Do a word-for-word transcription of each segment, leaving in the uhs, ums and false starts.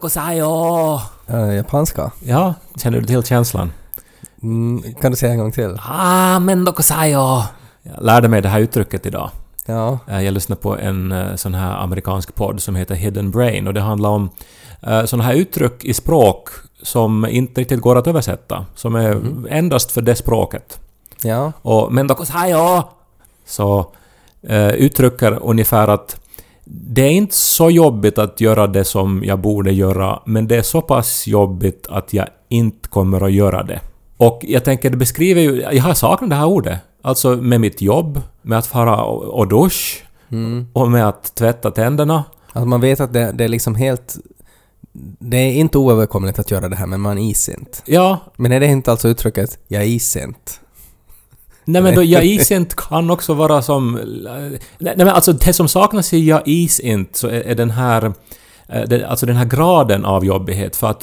kosayo. Uh, japanska? Ja, känner du till känslan? Mm, kan du säga en gång till? Ah, men kosayo. Jag lärde mig det här uttrycket idag. Ja. Jag lyssnade på en sån här amerikansk podd som heter Hidden Brain och det handlar om såna här uttryck i språk som inte riktigt går att översätta, som är mm. endast för det språket. Ja. Och men kosayo så uh, uttrycker ungefär att det är inte så jobbigt att göra det som jag borde göra, men det är så pass jobbigt att jag inte kommer att göra det. Och jag tänker, det beskriver ju... Jag har saknat det här ordet. Alltså med mitt jobb, med att fara och, och dusch, mm. och med att tvätta tänderna. Att man vet att det, det är liksom helt... Det är inte oöverkomligt att göra det här, men man is inte. Ja. Men är det inte alltså uttrycket jag is inte? Nej, men då jag is inte kan också vara som... Nej, men alltså det som saknas i jag is inte så är, är den här... Alltså den här graden av jobbighet. För att,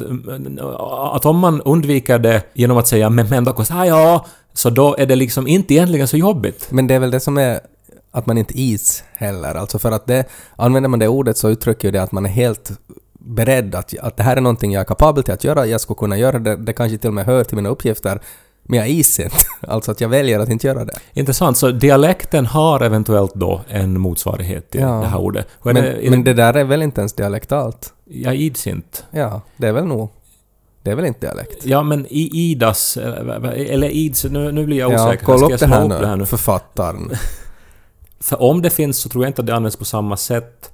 att om man undviker det genom att säga men men då ja, så då är det liksom inte egentligen så jobbigt. Men det är väl det som är att man inte is heller. Alltså för att det, använder man det ordet så uttrycker det att man är helt beredd att, att det här är någonting jag är kapabel till att göra. Jag ska kunna göra det. Det kanske till och med hör till mina uppgifter. Men jag is inte. Alltså att jag väljer att inte göra det. Intressant. Så dialekten har eventuellt då en motsvarighet till ja. det här ordet. Men det, men det där är väl inte ens dialektalt? Jag ids inte. Ja, det är väl nog. Det är väl inte dialekt? Ja, men i idas, eller ids, nu, nu blir jag osäker. Ja, kolla upp, det här, upp det här nu. Författaren. För om det finns så tror jag inte att det används på samma sätt.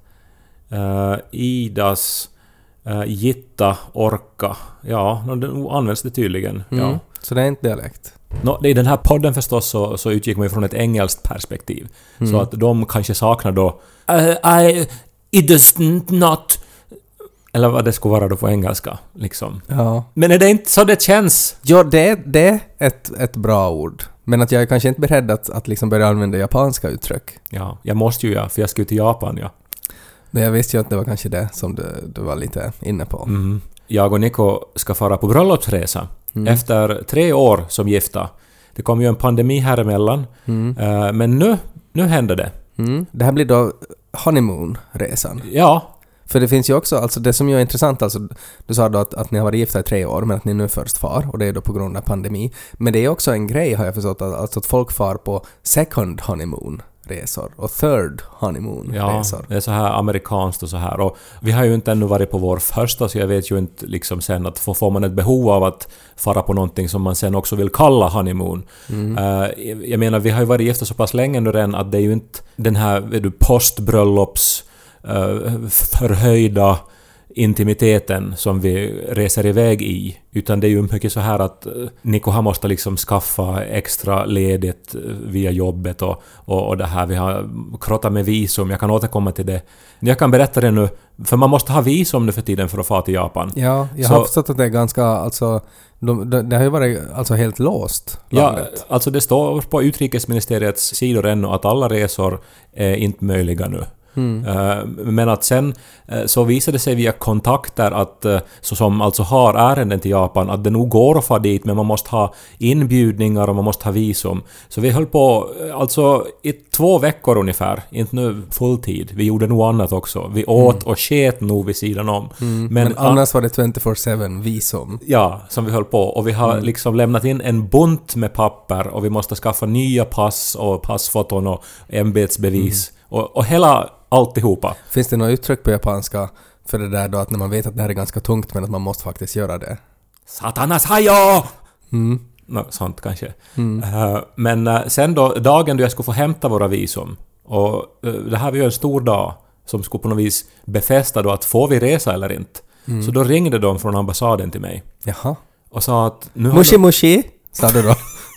Uh, idas, uh, gitta, orka. Ja, det används det tydligen. Mm. Ja. Så det är inte dialekt? No, i den här podden förstås så, så utgick man ju från ett engelskt perspektiv. Mm. Så att de kanske saknar då uh, I, it does not... Eller vad det skulle vara då på engelska, liksom. Ja. Men är det inte så det känns? Ja, det, det är ett, ett bra ord. Men att jag är kanske inte beredd att, att liksom börja använda japanska uttryck. Ja, jag måste ju ja, för jag ska ju till Japan, ja. Men jag visste ju att det var kanske det som du, du var lite inne på. Mm. Jag och Nico ska fara på bröllopsresa. Mm. Efter tre år som gifta. Det kom ju en pandemi här emellan. Mm. Uh, men nu, nu händer det. Mm. Det här blir då honeymoon-resan. Ja. För det finns ju också, alltså det som ju är intressant, alltså du sa då att, att ni har varit gifta i tre år men att ni nu först far, och det är då på grund av pandemi. Men det är också en grej har jag förstått, att, alltså att folk far på second honeymoon resor och third honeymoon resor. Ja, det är så här amerikanskt och så här. Och vi har ju inte ännu varit på vår första, så jag vet ju inte liksom sen att får, får man ett behov av att fara på någonting som man sen också vill kalla honeymoon. Mm. Uh, jag menar, vi har ju varit gifta så pass länge nu redan att det är ju inte den här du, postbröllops uh, förhöjda intimiteten som vi reser iväg i, utan det är ju mycket så här att Nico har måste liksom skaffa extra ledigt via jobbet och, och, och det här, vi har krottat med visum, jag kan återkomma till det. Jag kan berätta det nu, för man måste ha visum nu för tiden för att fara till Japan. Ja, jag så, har förstått att det är ganska, alltså de, det, det har ju varit alltså helt låst landet. Ja, alltså det står på utrikesministeriets sidor ännu att alla resor är inte möjliga nu. Mm. Men att sen så visade det sig via kontakter att så som alltså har ärenden till Japan att det nog går att få dit, men man måste ha inbjudningar och man måste ha visum. Så vi höll på alltså i två veckor ungefär, inte nu fulltid. Vi gjorde nog annat också. Vi åt mm. och sket nog vid sidan om. Mm. Men, men annars var det tjugofyra sju visum. Ja, som vi höll på. Och vi har mm. liksom lämnat in en bunt med papper och vi måste skaffa nya pass och passfoton och ämbetsbevis. Mm. Och, och hela alltihopa. Finns det något uttryck på japanska för det där då att när man vet att det här är ganska tungt men att man måste faktiskt göra det? Satanas hajo! Mm. Nå, sånt kanske. Mm. Uh, men uh, sen då, dagen då jag skulle få hämta våra visum, och uh, det här var ju en stor dag som skulle på något vis befästa då att får vi resa eller inte. Mm. Så då ringde de från ambassaden till mig. Jaha. Och sa att... Nu mushi de... mushi, sa du då.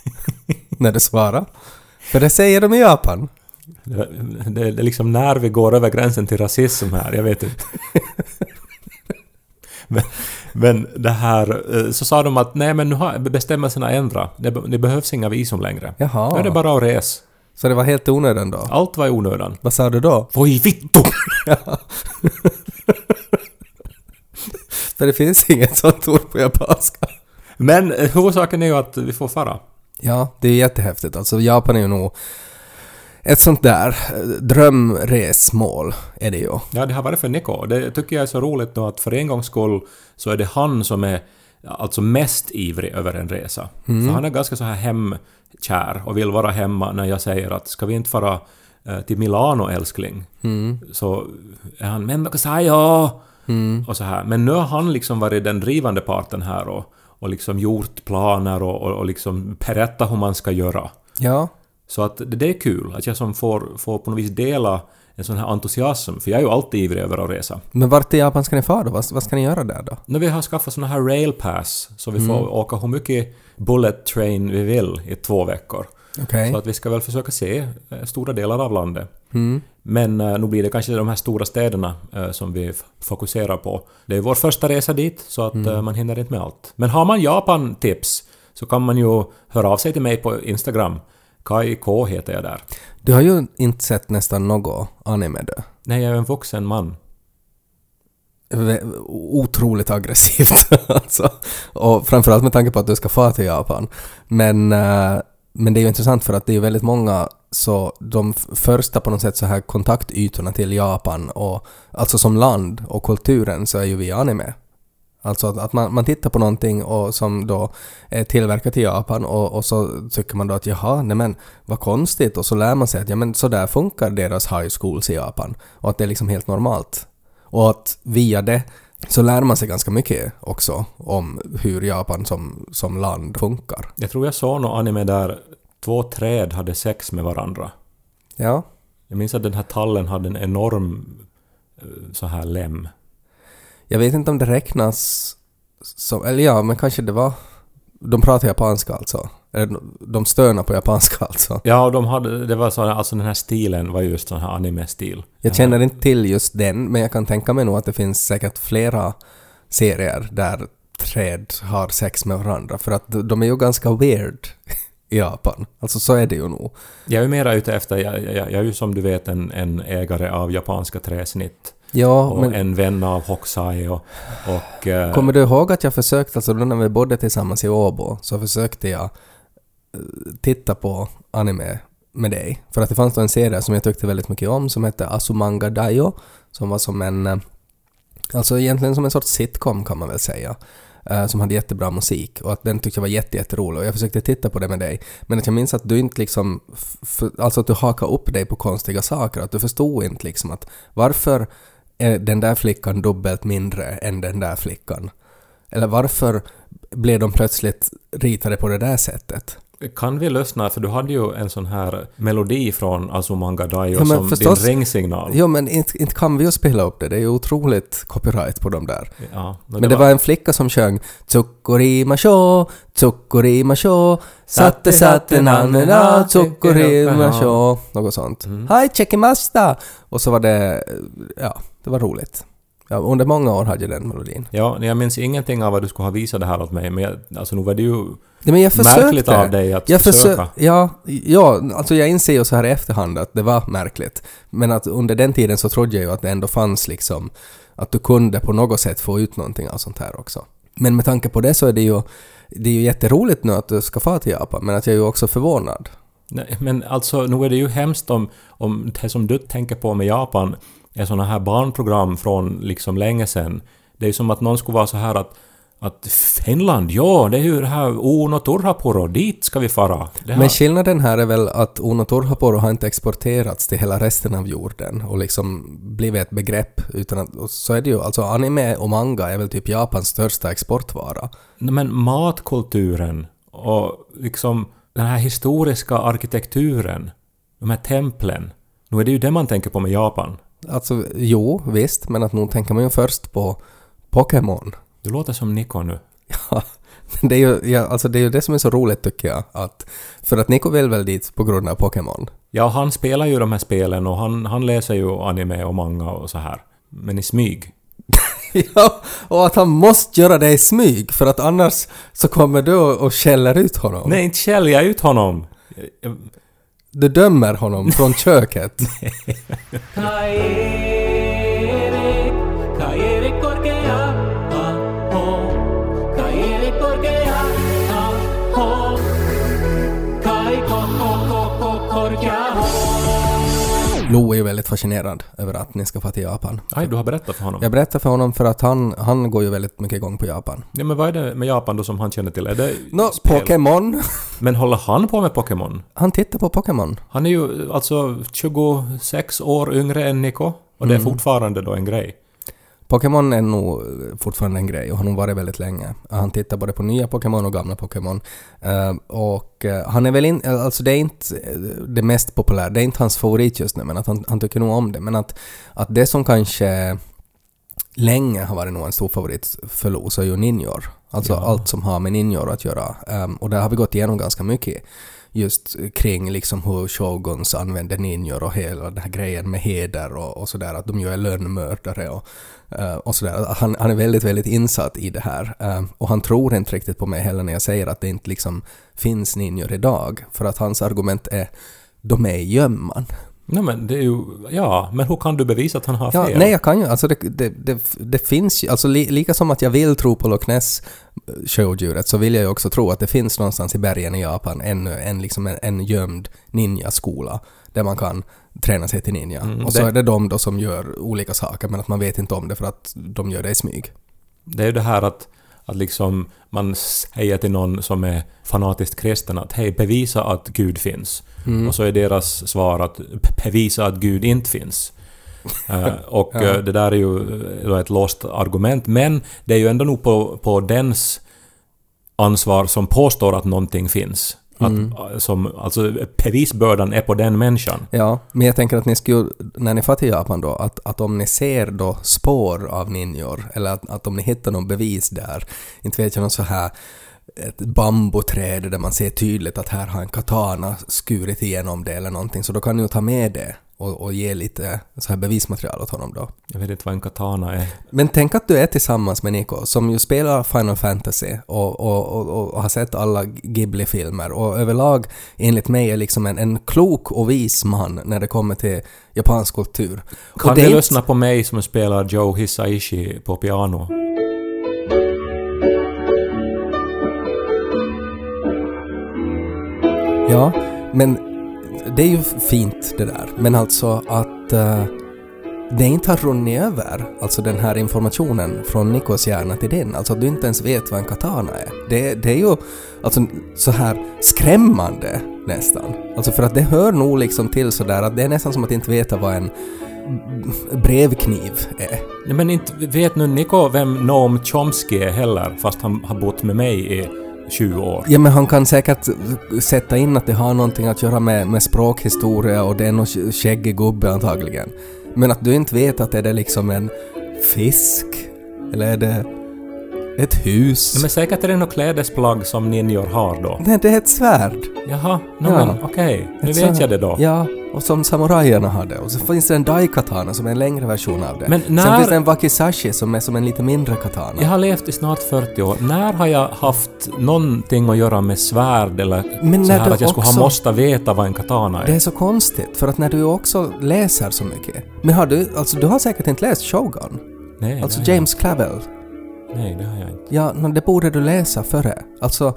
När du svarade. För det säger de i Japan. Det, det, det är liksom när vi går över gränsen till rasism här, jag vet inte. men, men det här, så sa de att nej, men nu har bestämmelserna ändrat. Det, det behövs inga visum längre. Jaha. Nu är det bara att res. Så det var helt onödan då? Allt var i onödan. Vad sa du då? Voi vittu! För det finns inget sånt ord på japanska. Men huvudsaken är ju att vi får fara. Ja, det är jättehäftigt. Alltså Japan är ju nog ett sånt där drömresmål är det ju. Ja, det har varit för Nico. Det tycker jag är så roligt då att för en gångs skull så är det han som är alltså mest ivrig över en resa. Mm. För han är ganska så här hemkär och vill vara hemma när jag säger att ska vi inte fara eh, till Milano, älskling? Mm. Så är han, men vad säger jag? Mm. Och så här. Men nu har han liksom varit den drivande parten här och, och liksom gjort planer och, och, och liksom berättat hur man ska göra. Ja. Så att det, det är kul att jag som får, får på något vis dela en sån här entusiasm, för jag är ju alltid ivrig över att resa. Men vart i Japan ska ni fara då? Vad, vad ska ni göra där då? När vi har skaffat såna här railpass så vi får mm. åka hur mycket bullet train vi vill i två veckor. Okay. Så att vi ska väl försöka se stora delar av landet. Mm. Men uh, nu blir det kanske de här stora städerna uh, som vi f- fokuserar på. Det är vår första resa dit så att mm. uh, man hinner inte med allt. Men har man Japan-tips så kan man ju höra av sig till mig på Instagram. Kai K heter jag där. Du har ju inte sett nästan något anime då. Nej, jag är en vuxen man. Otroligt aggressivt alltså. Och framförallt med tanke på att du ska få till Japan. Men, men det är ju intressant för att det är ju väldigt många så de första på något sätt så här kontaktytorna till Japan och alltså som land och kulturen så är ju vi anime. Alltså att, att man, man tittar på någonting och som då är tillverkat i Japan och, och så tycker man då att jaha, nej men vad konstigt, och så lär man sig att ja men så där funkar deras high schools i Japan och att det är liksom helt normalt. Och att via det så lär man sig ganska mycket också om hur Japan som, som land funkar. Jag tror jag såg någon anime där två träd hade sex med varandra. Ja. Jag minns att den här tallen hade en enorm så här lem. Jag vet inte om det räknas som, eller ja, men kanske det var, de pratar japanska alltså. Eller de stönar på japanska alltså. Ja, och de hade, det var så alltså den här stilen var just sån här anime-stil. Jag känner inte till just den, men jag kan tänka mig nog att det finns säkert flera serier där träd har sex med varandra. För att de är ju ganska weird i Japan. Alltså så är det ju nog. Jag är mera ute efter, jag, jag, jag är ju som du vet en, en ägare av japanska träsnitt. Ja, och men en vän av Hokusai och... och uh, kommer du ihåg att jag försökte, alltså när vi bodde tillsammans i Åbo, så försökte jag titta på anime med dig. För att det fanns då en serie som jag tyckte väldigt mycket om som hette Azumanga Daioh, som var som en, alltså egentligen som en sorts sitcom kan man väl säga, som hade jättebra musik och att den tyckte jag var jätte, jätterolig och jag försökte titta på det med dig. Men att jag minns att du inte liksom, för, alltså att du hakade upp dig på konstiga saker, att du förstod inte liksom att varför är den där flickan dubbelt mindre än den där flickan? Eller varför blev de plötsligt ritade på det där sättet? Kan vi lyssna? För du hade ju en sån här melodi från Azumanga Daioh ja, som förstås, din ringsignal. Ja, men inte, inte kan vi ju spela upp det. Det är ju otroligt copyright på dem där. Ja, men det, det var... var en flicka som sjöng Tsukurima sho, Tsukurima sho, satte satte nanena, Tsukurima sho, något sånt. Mm. Hi, checkimasta! Och så var det, ja, det var roligt. Ja, under många år hade jag den melodin. Ja, jag minns ingenting av vad du skulle ha visat det här åt mig, men jag, alltså nu var det ju ja, men jag märkligt av dig att jag försöka. Försö- ja, ja, alltså jag inser ju så här i efterhand att det var märkligt. Men att under den tiden så trodde jag ju att det ändå fanns liksom, att du kunde på något sätt få ut någonting av sånt här också. Men med tanke på det så är det ju, det är ju jätteroligt nu att du ska få till Japan, men att jag är ju också förvånad. Nej, men alltså nu är det ju hemskt om, om det som du tänker på med Japan är såna här barnprogram från liksom länge sedan. Det är ju som att någon skulle vara så här att, att Finland, ja, det är ju det här Uno Turhapuro, dit ska vi fara. Men skillnaden här är väl att Uno Turhapuro har inte exporterats till hela resten av jorden och liksom blivit ett begrepp, utan att, och så är det ju, alltså anime och manga är väl typ Japans största exportvara. Men matkulturen och liksom den här historiska arkitekturen, de här templen, nu är det ju det man tänker på med Japan. Alltså, jo, visst, men att nog tänker man ju först på Pokémon. Du låter som Nico nu. Ja, det är ju, ja, alltså det är ju det som är så roligt tycker jag. Att, för att Nico vill väl dit på grund av Pokémon. Ja, han spelar ju de här spelen och han, han läser ju anime och manga och så här. Men i smyg. Ja, och att han måste göra det i smyg, för att annars så kommer du och skäller ut honom. Nej, inte skäller jag ut honom. Jag... Du dömer honom från köket. Lou är ju väldigt fascinerad över att ni ska få till Japan. Aj, du har berättat för honom? Jag berättar för honom för att han, han går ju väldigt mycket igång på Japan. Ja, men vad är det med Japan då som han känner till? Är det no, spel? Pokémon. Men håller han på med Pokémon? Han tittar på Pokémon. Han är ju alltså tjugosex år yngre än Nico. Och det är Mm. fortfarande då en grej. Pokémon är nog fortfarande en grej och har nog varit väldigt länge. Han tittar både på nya Pokémon och gamla Pokémon. Uh, och uh, han är väl inte, alltså det är inte det mest populära, det är inte hans favorit just nu, men att han, han tycker nog om det. Men att, att det som kanske länge har varit nog en stor favorit för Lou så är ju ninjor. Alltså ja. allt som har med ninjor att göra. Um, och där har vi gått igenom ganska mycket. Just kring liksom hur shoguns använder ninjor och hela den här grejen med heder och, och sådär, att de ju är lönnmördare och, uh, och sådär. Han, han är väldigt, väldigt insatt i det här. Uh, och han tror inte riktigt på mig heller när jag säger att det inte liksom finns ninjor idag. För att hans argument är, de är i gömman. Nej, men det är ju, ja, men hur kan du bevisa att han har fel? Ja, nej, jag kan ju, alltså det, det, det, det finns ju, alltså li, lika som att jag vill tro på Loch Ness showdjuret så vill jag ju också tro att det finns någonstans i bergen i Japan en, en, liksom en, en gömd ninja-skola där man kan träna sig till ninja. Mm, och så det, är det de då som gör olika saker men att man vet inte om det för att de gör det i smyg. Det är ju det här att Att liksom man säger till någon som är fanatiskt kristen att hej, bevisa att Gud finns. Mm. Och så är deras svar att bevisa att Gud inte finns. uh, och ja. uh, det där är ju uh, ett låst argument. Men det är ju ändå nog på, på dens ansvar som påstår att någonting finns. Att, mm. som, alltså bevisbördan är på den människan. Ja, men jag tänker att ni skulle, när ni får till Japan då, att, att om ni ser då spår av ninjor, eller att, att om ni hittar någon bevis där, inte vet jag någon så här ett bambuträd där man ser tydligt att här har en katana skurit igenom det eller någonting, så då kan ni ju ta med det och, och ge lite så här bevismaterial åt honom då. Jag vet inte vad en katana är. Men tänk att du är tillsammans med Nico som ju spelar Final Fantasy och, och, och, och har sett alla Ghibli-filmer och överlag enligt mig är liksom en, en klok och vis man när det kommer till japansk kultur. Kan du lyssna på mig som spelar Joe Hisaishi på piano? Ja, men det är ju fint det där. Men alltså att uh, det inte har runnit över, alltså den här informationen från Nikos hjärna till din. Alltså att du inte ens vet vad en katana är. Det, det är ju alltså så här skrämmande nästan. Alltså för att det hör nog liksom till sådär att det är nästan som att inte veta vad en brevkniv är. Nej, men inte vet nu Nico vem Noam Chomsky är heller, fast han har bott med mig i tjugo år. Ja, men han kan säkert sätta in att det har någonting att göra med, med språkhistoria och det är någon skäggig gubbe antagligen. Men att du inte vet att det är liksom en fisk eller är det ett hus. Men säkert är det något klädesplagg som ninjor har då. Nej, det är ett svärd. Jaha, no, ja. men okej. Okay. Nu ett vet svärd. Jag det då. Ja, och som samurajerna hade. Och så finns det en daikatana som är en längre version av det. Men när... Sen finns det en wakizashi som är som en lite mindre katana. Jag har levt i snart fyrtio år. När har jag haft någonting att göra med svärd eller men så här att jag skulle också... ha måste veta vad en katana är? Det är så konstigt, för att när du också läser så mycket. Men har du, alltså du har säkert inte läst Shogun? Nej, alltså nej. James Clavell. Nej, det har jag inte. Ja, det borde du läsa före. Alltså,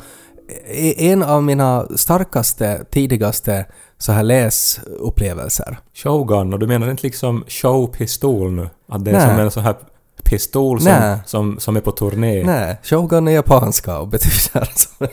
en av mina starkaste, tidigaste så här läsupplevelser. Shogun, och du menar inte liksom showpistol nu? Att det är Nej. som en sån här pistol som, som, som är på turné? Nej, Shogun är japanska och betyder så.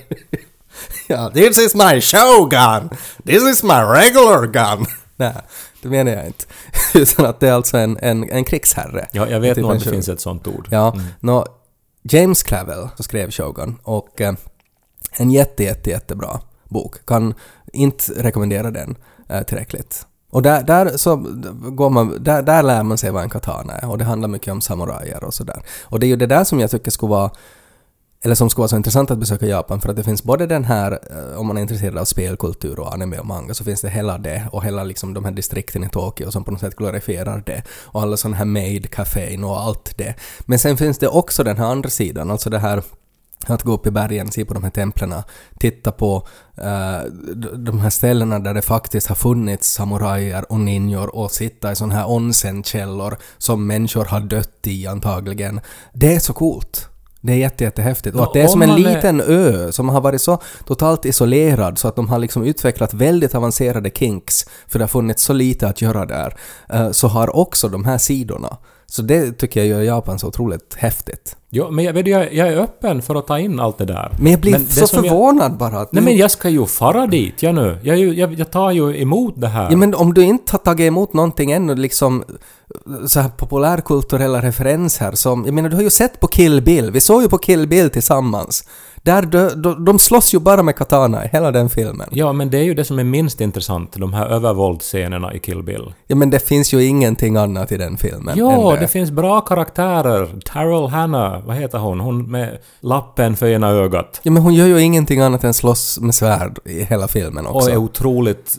Ja, this is my Shogun! This is my regular gun! Nej, det menar jag inte. Utan att det är alltså en, en, en krigsherre. Ja, jag vet nog att det finns ett sånt ord. Ja, mm. no, James Clavell skrev Shogun och eh, en jätte, jätte, jättebra bok. Kan inte rekommendera den eh, tillräckligt. Och där, där, så går man, där, där lär man sig vad en katana är och det handlar mycket om samurajer och sådär. Och det är ju det där som jag tycker skulle vara eller som skulle vara så intressant att besöka Japan, för att det finns både den här, om man är intresserad av spelkultur och anime och manga, så finns det hela det och hela liksom de här distrikten i Tokyo som på något sätt glorifierar det och alla sådana här maid-cafén och allt det. Men sen finns det också den här andra sidan, alltså det här att gå upp i bergen, se på de här templerna, titta på uh, de här ställena där det faktiskt har funnits samurajer och ninjor och sitta i sådana här onsen-källor som människor har dött i antagligen. Det är så coolt. Det är jätte, jättehäftigt. Och Ja, att det är som om en man är- liten ö som har varit så totalt isolerad så att de har liksom utvecklat väldigt avancerade kinks för det har funnits så lite att göra där. eh, Så har också de här sidorna. Så det tycker jag gör Japan så otroligt häftigt. Jo, men jag, vet, jag, jag är öppen för att ta in allt det där. Men jag blir Men det så som jag- förvånad bara. Att Nej men jag ska ju fara dit, jag nu. Jag, är ju- jag, jag tar ju emot det här. Ja, men om du inte har tagit emot någonting ännu, liksom så här populärkulturella referenser som, jag menar du har ju sett på Kill Bill, vi såg ju på Kill Bill tillsammans. Där de, de, de slåss ju bara med katana i hela den filmen. Ja, men det är ju det som är minst intressant, de här övervåldsscenerna i Kill Bill. Ja, men det finns ju ingenting annat i den filmen. Jo, än det finns bra karaktärer. Tyrell Hannah, vad heter hon? Hon med lappen för ena ögat. Ja, men hon gör ju ingenting annat än slåss med svärd i hela filmen också. Och är otroligt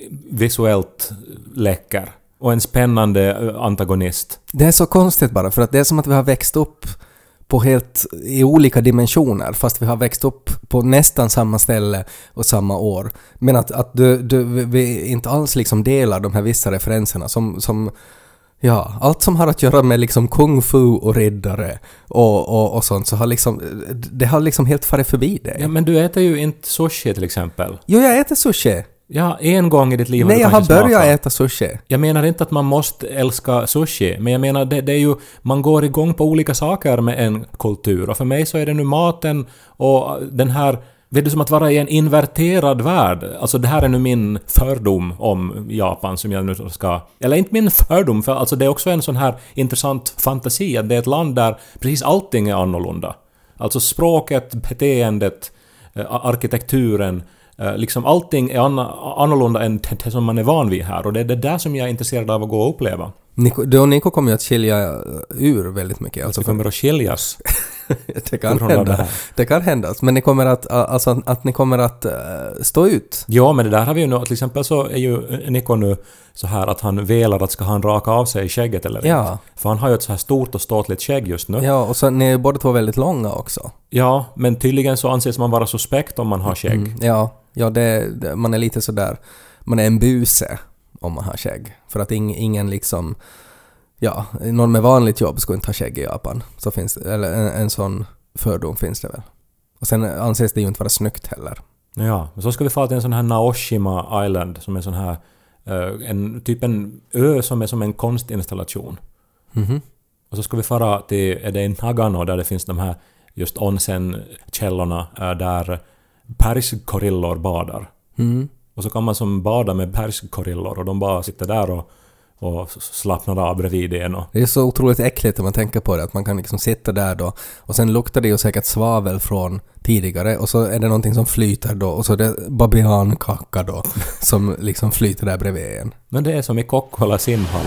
visuellt läcker. Och en spännande eh, antagonist. Det är så konstigt bara, för att det är som att vi har växt upp på helt i olika dimensioner, fast vi har växt upp på nästan samma ställe och samma år. Men att, att du, du, vi inte alls liksom delar de här vissa referenserna som, som ja, allt som har att göra med liksom kung fu och riddare och, och, och sånt, så har liksom, det har liksom helt farit förbi det. Ja, men du äter ju inte sushi till exempel. Jo, jag äter sushi. Ja, en gång i ditt liv har Nej, du jag har kanske börjat smakat. äta sushi. Jag menar inte att man måste älska sushi, men jag menar det, det är ju, man går igång på olika saker med en kultur, och för mig så är det nu maten och den här, vet du, som att vara i en inverterad värld. Alltså det här är nu min fördom om Japan som jag nu ska, eller inte min fördom, för alltså det är också en sån här intressant fantasi att det är ett land där precis allting är annorlunda. Alltså språket, beteendet, eh, arkitekturen, liksom allting är anna, annorlunda än det som man är van vid här, och det är det där som jag är intresserad av att gå och uppleva. Nico, du och Nico kommer ju att skilja ur väldigt mycket. Alltså Det kommer att skiljas. det kan på grund av det hända. här. Det kan hända. Men ni kommer att, alltså, att ni kommer att uh, stå ut. Ja, men det där har vi ju nu, till exempel så är ju Nico nu så här att han velar att ska han raka av sig skägget eller inte. Ja. För han har ju ett så här stort och ståtligt skägg just nu. Ja, och så ni är ju båda två väldigt långa också. Ja, men tydligen så anses man vara suspekt om man har skägg. Mm, ja, ja det, det, man är lite sådär, man är en buse om man har skägg. För att ing, ingen liksom, ja, någon med vanligt jobb skulle inte ha skägg i Japan. Så finns, eller en, en sån fördom finns det väl. Och sen anses det ju inte vara snyggt heller. Ja, men så ska vi få till en sån här Naoshima Island som är sån här, uh, en typ en ö som är som en konstinstallation. Mhm. Och så ska vi fara till, är det i Nagano där det finns de här just onsen-källorna uh, där perskorillor badar. Mm. Och så kan man som bada med perskorillor och de bara sitter där och, och slappnar av bredvid en. Och Det är så otroligt äckligt när man tänker på det, att man kan liksom sitta där då och sen luktar det ju säkert svavel från tidigare och så är det någonting som flyter då och så är det babiankaka då som liksom flyter där bredvid en. men det är som i Kokkola simhall.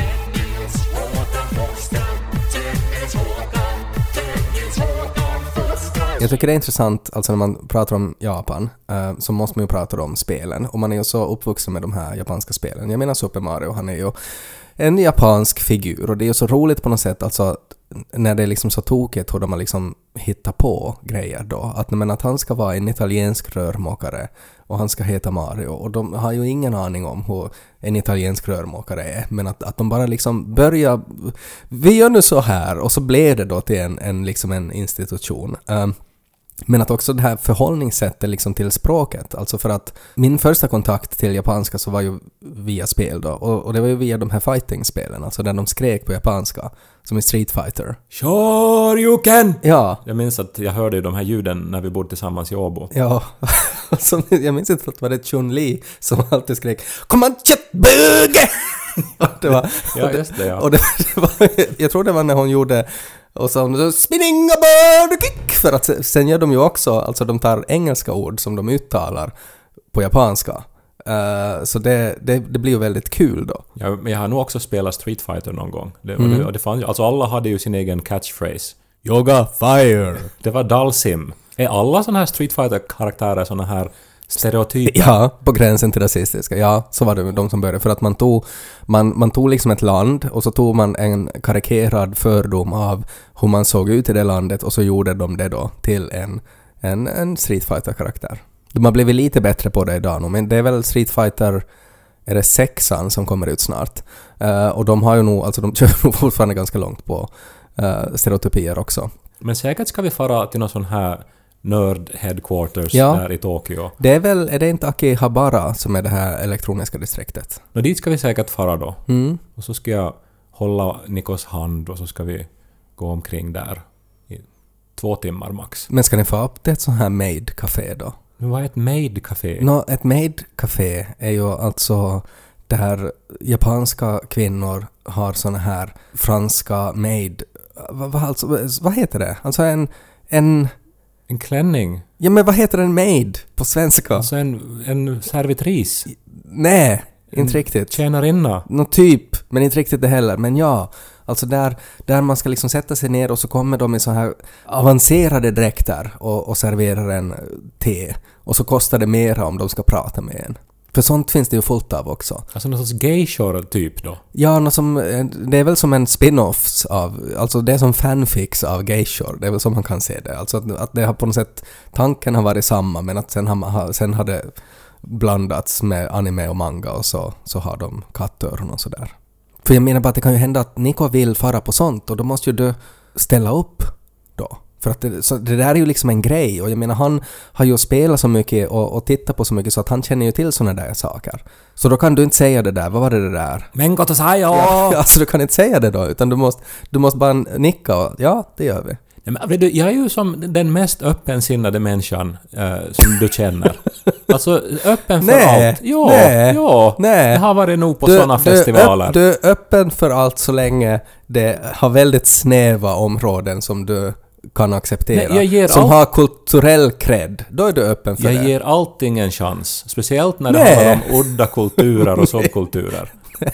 Jag tycker det är intressant, alltså när man pratar om Japan eh, så måste man ju prata om spelen. Och man är ju så uppvuxen med de här japanska spelen. Jag menar Super Mario, han är ju en japansk figur. Och det är ju så roligt på något sätt, alltså när det är liksom så tokigt hur de har liksom hittat på grejer då. Att, men att han ska vara en italiensk rörmokare och han ska heta Mario. Och de har ju ingen aning om hur en italiensk rörmokare är. Men att, att de bara liksom börjar, vi gör nu så här, och så blev det då till en, en, liksom en institution. Um, Men att också det här förhållningssättet liksom till språket. Alltså för att min första kontakt till japanska så var ju via spel då. Och, och det var ju via de här fighting-spelen. Alltså där de skrek på japanska. Som i Street Fighter. Shoryuken! Ja. Jag minns att jag hörde de här ljuden när vi bodde tillsammans i Åbo. Ja. Som, jag minns inte att det var det Chun-Li som alltid skrek Kom on, köttbuge! det var, Ja, just det, ja. Och det, det var, jag tror det var när hon gjorde och så spinning a bird kick, för att sen gör de ju också, alltså de tar engelska ord som de uttalar på japanska. Uh, så det, det, det blir ju väldigt kul då. Ja, men jag har nog också spelat Street Fighter någon gång. Det, Mm. och det, och det fanns, alltså alla hade ju sin egen catchphrase. Yoga fire. Det var Dalsim. Är alla såna här Street Fighter-karaktärer såna här stereotyper? Ja, på gränsen till rasistiska. Ja, så var det de som började. För att man tog, man, man tog liksom ett land och så tog man en karikerad fördom av hur man såg ut i det landet och så gjorde de det då till en, en, en Street Fighter-karaktär. De har blivit lite bättre på det idag nu, men det är väl Street Fighter, är det sexan som kommer ut snart. Uh, och de har ju nog, alltså de kör nog fortfarande ganska långt på uh, stereotypier också. Men säkert ska vi fara till någon sån här nörd headquarters Ja. där i Tokyo. Det är väl, är det inte Akihabara som är det här elektroniska distriktet? Och dit ska vi säkert fara då. Mm. Och så ska jag hålla Nikos hand och så ska vi gå omkring där i två timmar max. Men ska ni få upp till ett sånt här maid-café då? Men vad är ett maid-café? Nå, ett maid-café är ju alltså där japanska kvinnor har såna här franska maid... Vad, vad, alltså, vad heter det? Alltså en... en En klänning? ja, men vad heter en maid på svenska? Alltså en, en servitris? Nej, En inte riktigt. Tjänarinna? Nå typ, men inte riktigt det heller. Men ja, alltså där, där man ska liksom sätta sig ner och så kommer de i så här avancerade dräkter och, och serverar en te. Och så kostar det mera om de ska prata med en. För sånt finns det ju fullt av också. Alltså någon sorts geishor typ då? Ja, något som, det är väl som en spin-offs av, alltså det är som fanfics av geishor. Det är väl som man kan se det. Alltså att, att det har på något sätt, tanken har varit samma men att sen har, sen har det blandats med anime och manga och så, så har de kattöron och sådär. För jag menar bara att det kan ju hända att Nico vill fara på sånt och då måste ju du ställa upp då. För att det, så det där är ju liksom en grej och jag menar han har ju spelat så mycket och, och tittat på så mycket så att han känner ju till såna där saker. Så då kan du inte säga det där, vad var det, det där? Men gott att säga! Ja, alltså du kan inte säga det då utan du måste, du måste bara nicka och ja, det gör vi. Nej, men, vet du, jag är ju som den mest öppensinnade människan eh, som du känner. Alltså öppen för Nej, allt. Ja, nej, ja. nej. Jag har varit nog på Du- sådana du, festivaler. Öpp, du är öppen för allt så länge det har väldigt snäva områden som du kan acceptera. Nej, jag ger som allt- har kulturell cred. Då är du öppen för Jag det. ger allting en chans. Speciellt när det Nej. handlar om udda kulturer och subkulturer.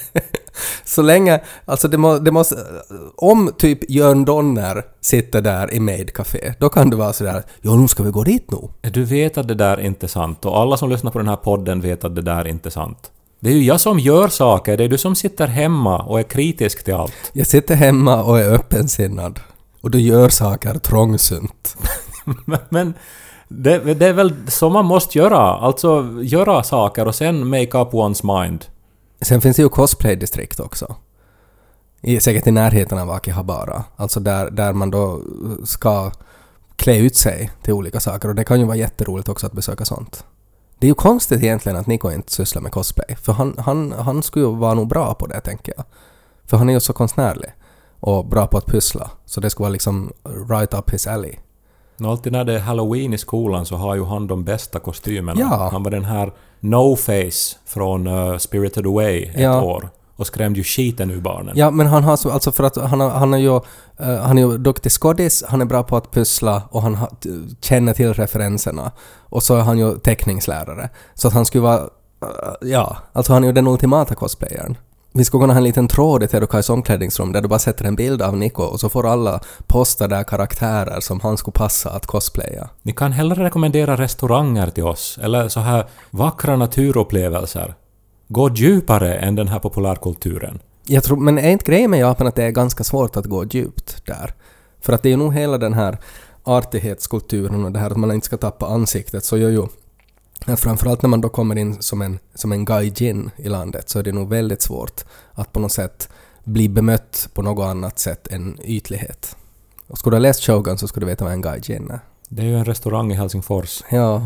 Så länge, alltså det, må, det måste, om typ Jörn Donner sitter där i Maid Café, då kan du vara sådär, ja nu ska vi gå dit nu. Du vet att det där är inte sant. Och alla som lyssnar på den här podden vet att det där är inte sant. Det är ju jag som gör saker. Det är du som sitter hemma och är kritisk till allt. Jag sitter hemma och är öppensinnad. Och du gör saker trångsynt. Men det, det är väl så man måste göra. Alltså göra saker och sen make up one's mind. Sen finns det ju cosplay-distrikt också. I, säkert i närheten av Akihabara. Alltså där, där man då ska klä ut sig till olika saker. Och det kan ju vara jätteroligt också att besöka sånt. Det är ju konstigt egentligen att Nico inte sysslar med cosplay. För han, han, han skulle ju vara nog bra på det, tänker jag. För han är ju så konstnärlig. Och bra på att pyssla. Så det skulle vara liksom right up his alley. Och alltid när det är Halloween i skolan så har ju han de bästa kostymerna. Ja. Han var den här No-Face från uh, Spirited Away ett Ja. år. Och skrämde ju skiten ur barnen. Ja, men han har så, alltså för att han, har, han är ju uh, han är ju duktig skådis, han är bra på att pyssla och han har, känner till referenserna. Och så är han ju teckningslärare. Så att han skulle vara, uh, ja, alltså han är ju den ultimata cosplayern. Vi skulle kunna ha en liten tråd i Terukais omklädningsrum där du bara sätter en bild av Nico och så får alla posta där karaktärer som han skulle passa att cosplaya. Ni kan hellre rekommendera restauranger till oss. Eller så här vackra naturupplevelser. Gå djupare än den här populärkulturen. Jag tror, men är inte grejen med Japan att det är ganska svårt att gå djupt där? För att det är ju nog hela den här artighetskulturen och det här att man inte ska tappa ansiktet så gör ju att framförallt när man då kommer in som en, som en gaijin i landet så är det nog väldigt svårt att på något sätt bli bemött på något annat sätt än ytlighet. Och skulle du ha läst Shogun så skulle du veta vad en gaijin är. Det är ju en restaurang i Helsingfors. Ja.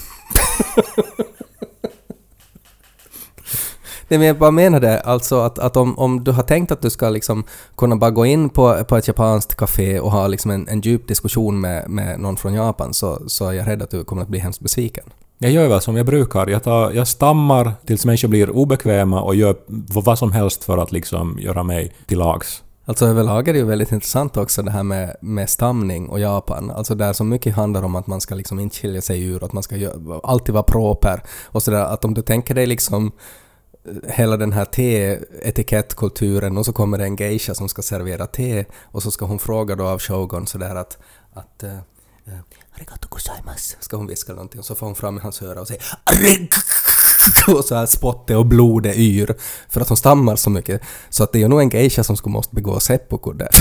Nej, men jag bara menar det, alltså att, att om, om du har tänkt att du ska liksom kunna bara gå in på, på ett japanskt café och ha liksom en, en djup diskussion med, med någon från Japan så, så är jag rädd att du kommer att bli hemskt besviken. Jag gör väl som jag brukar. Jag, tar, jag stammar tills människor blir obekväma och gör vad som helst för att liksom göra mig till lags. Alltså överlag är det ju väldigt intressant också det här med, med stamning och Japan. Alltså där så mycket handlar om att man ska liksom inte skilja sig ur, att man ska göra, alltid vara proper. Och sådär att om du tänker dig liksom hela den här te-etikettkulturen och så kommer det en geisha som ska servera te och så ska hon fråga då av Shogun sådär att, att uh, arigato gozaimasu ska hon viska någonting och så får hon fram i hans öra och säger och så här spottet och blodet yr för att hon stammar så mycket så att det är nog en geisha som skulle måste begå seppuku där.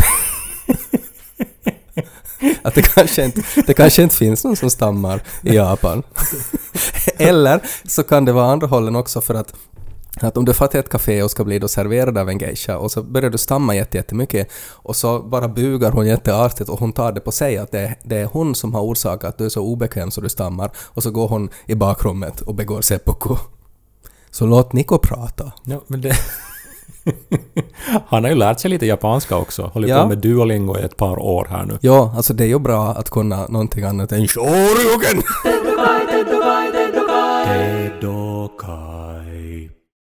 Att det kanske, inte, det kanske inte finns någon som stammar i Japan. Eller så kan det vara andra hållen också för att Att om du fattar ett café och ska bli då serverad av en geisha och så börjar du stamma jätte, jättemycket och så bara bugar hon jätteartigt och hon tar det på sig att det, det är hon som har orsakat att du är så obekväm så du stammar och så går hon i bakrummet och begår seppuku. Så låt Niko prata. Ja, men det... Han har ju lärt sig lite japanska också. Håller Ja. på med Duolingo i ett par år här nu. Ja, alltså det är ju bra att kunna någonting annat än shoryuken. Tedo